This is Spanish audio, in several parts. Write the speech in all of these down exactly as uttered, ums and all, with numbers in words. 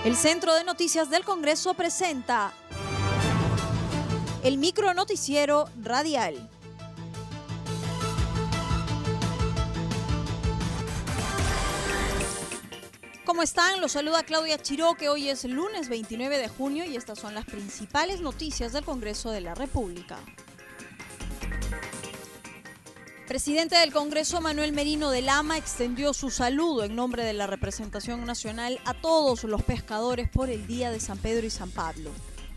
El Centro de Noticias del Congreso presenta el micronoticiero radial. ¿Cómo están? Los saluda Claudia Chiroque. Hoy es lunes veintinueve de junio y estas son las principales noticias del Congreso de la República. Presidente del Congreso, Manuel Merino de Lama, extendió su saludo en nombre de la representación nacional a todos los pescadores por el Día de San Pedro y San Pablo.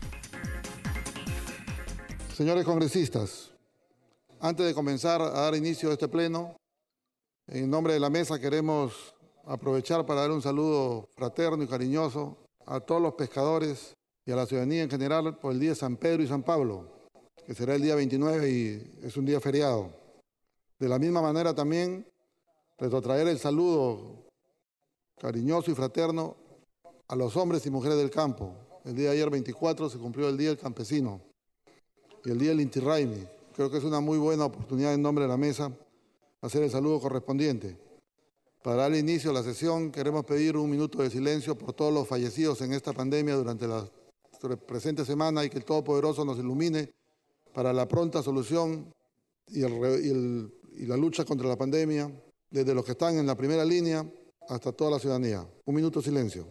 Señores congresistas, antes de comenzar a dar inicio a este pleno, en nombre de la mesa queremos aprovechar para dar un saludo fraterno y cariñoso a todos los pescadores y a la ciudadanía en general por el Día de San Pedro y San Pablo, que será el día veintinueve y es un día feriado. De la misma manera también retrotraer el saludo cariñoso y fraterno a los hombres y mujeres del campo. El día de ayer, veinticuatro, se cumplió el Día del Campesino y el Día del Inti Raymi. Creo que es una muy buena oportunidad en nombre de la mesa hacer el saludo correspondiente. Para dar inicio a la sesión, queremos pedir un minuto de silencio por todos los fallecidos en esta pandemia durante la presente semana y que el Todopoderoso nos ilumine para la pronta solución y, el, y, el, y la lucha contra la pandemia, desde los que están en la primera línea hasta toda la ciudadanía. Un minuto de silencio.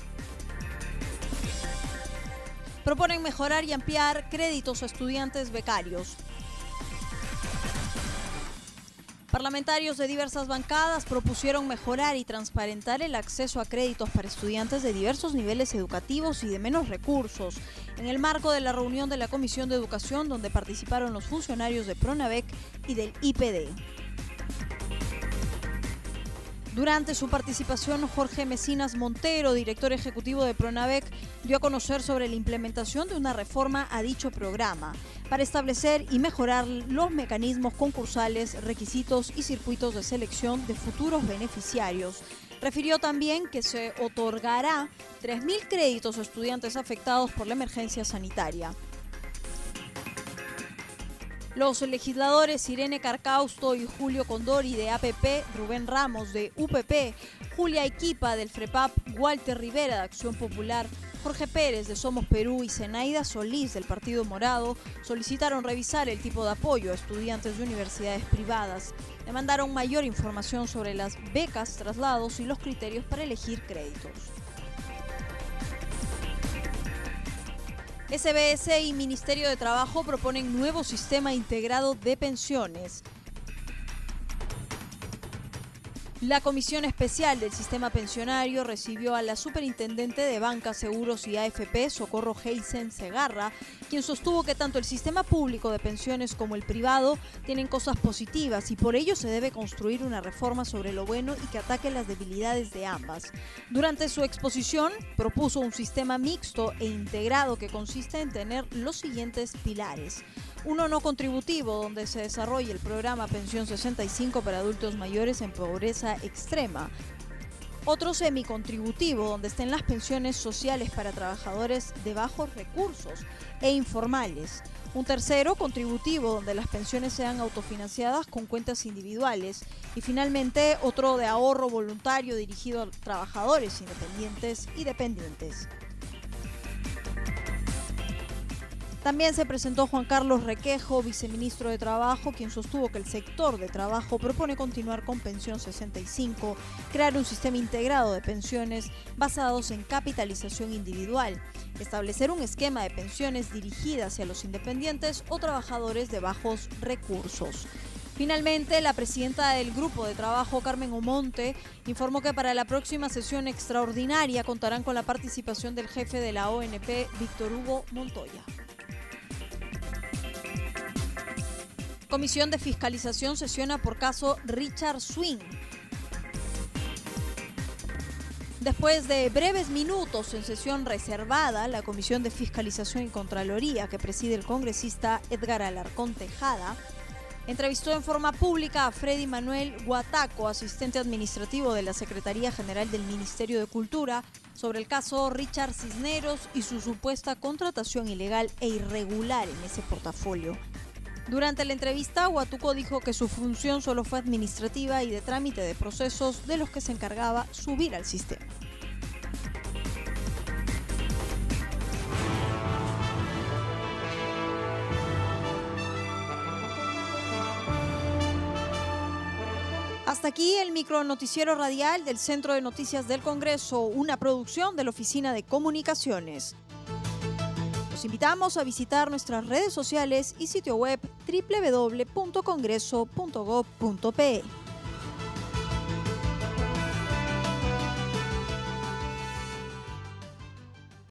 Proponen mejorar y ampliar créditos a estudiantes becarios. Parlamentarios de diversas bancadas propusieron mejorar y transparentar el acceso a créditos para estudiantes de diversos niveles educativos y de menos recursos, en el marco de la reunión de la Comisión de Educación, donde participaron los funcionarios de Pronavec y del I P D. Durante su participación, Jorge Mecinas Montero, director ejecutivo de Pronavec, dio a conocer sobre la implementación de una reforma a dicho programa para establecer y mejorar los mecanismos concursales, requisitos y circuitos de selección de futuros beneficiarios. Refirió también que se otorgará tres mil créditos a estudiantes afectados por la emergencia sanitaria. Los legisladores Irene Carcausto y Julio Condori de A P P, Rubén Ramos de U P P, Julia Equipa del FREPAP, Walter Rivera de Acción Popular, Jorge Pérez de Somos Perú y Zenaida Solís del Partido Morado solicitaron revisar el tipo de apoyo a estudiantes de universidades privadas. Demandaron mayor información sobre las becas, traslados y los criterios para elegir créditos. S B S y Ministerio de Trabajo proponen nuevo sistema integrado de pensiones. La Comisión Especial del Sistema Pensionario recibió a la Superintendente de Banca, Seguros y A F P, Socorro Heisen Segarra, quien sostuvo que tanto el sistema público de pensiones como el privado tienen cosas positivas y por ello se debe construir una reforma sobre lo bueno y que ataque las debilidades de ambas. Durante su exposición, propuso un sistema mixto e integrado que consiste en tener los siguientes pilares. Uno no contributivo, donde se desarrolle el programa Pensión sesenta y cinco para adultos mayores en pobreza extrema. Otro semicontributivo, donde estén las pensiones sociales para trabajadores de bajos recursos e informales. Un tercero contributivo, donde las pensiones sean autofinanciadas con cuentas individuales. Y finalmente otro de ahorro voluntario dirigido a trabajadores independientes y dependientes. También se presentó Juan Carlos Requejo, viceministro de Trabajo, quien sostuvo que el sector de trabajo propone continuar con Pensión sesenta y cinco, crear un sistema integrado de pensiones basados en capitalización individual, establecer un esquema de pensiones dirigidas hacia los independientes o trabajadores de bajos recursos. Finalmente, la presidenta del Grupo de Trabajo, Carmen Omonte, informó que para la próxima sesión extraordinaria contarán con la participación del jefe de la O N P, Víctor Hugo Montoya. Comisión de Fiscalización sesiona por caso Richard Swing. Después de breves minutos en sesión reservada, la Comisión de Fiscalización y Contraloría, que preside el congresista Edgar Alarcón Tejada, entrevistó en forma pública a Freddy Manuel Guataco, asistente administrativo de la Secretaría General del Ministerio de Cultura, sobre el caso Richard Cisneros y su supuesta contratación ilegal e irregular en ese portafolio. Durante la entrevista, Guatuco dijo que su función solo fue administrativa y de trámite de procesos de los que se encargaba subir al sistema. Hasta aquí el micronoticiero radial del Centro de Noticias del Congreso, una producción de la Oficina de Comunicaciones. Los invitamos a visitar nuestras redes sociales y sitio web doble u doble u doble u punto congreso punto gob punto pe.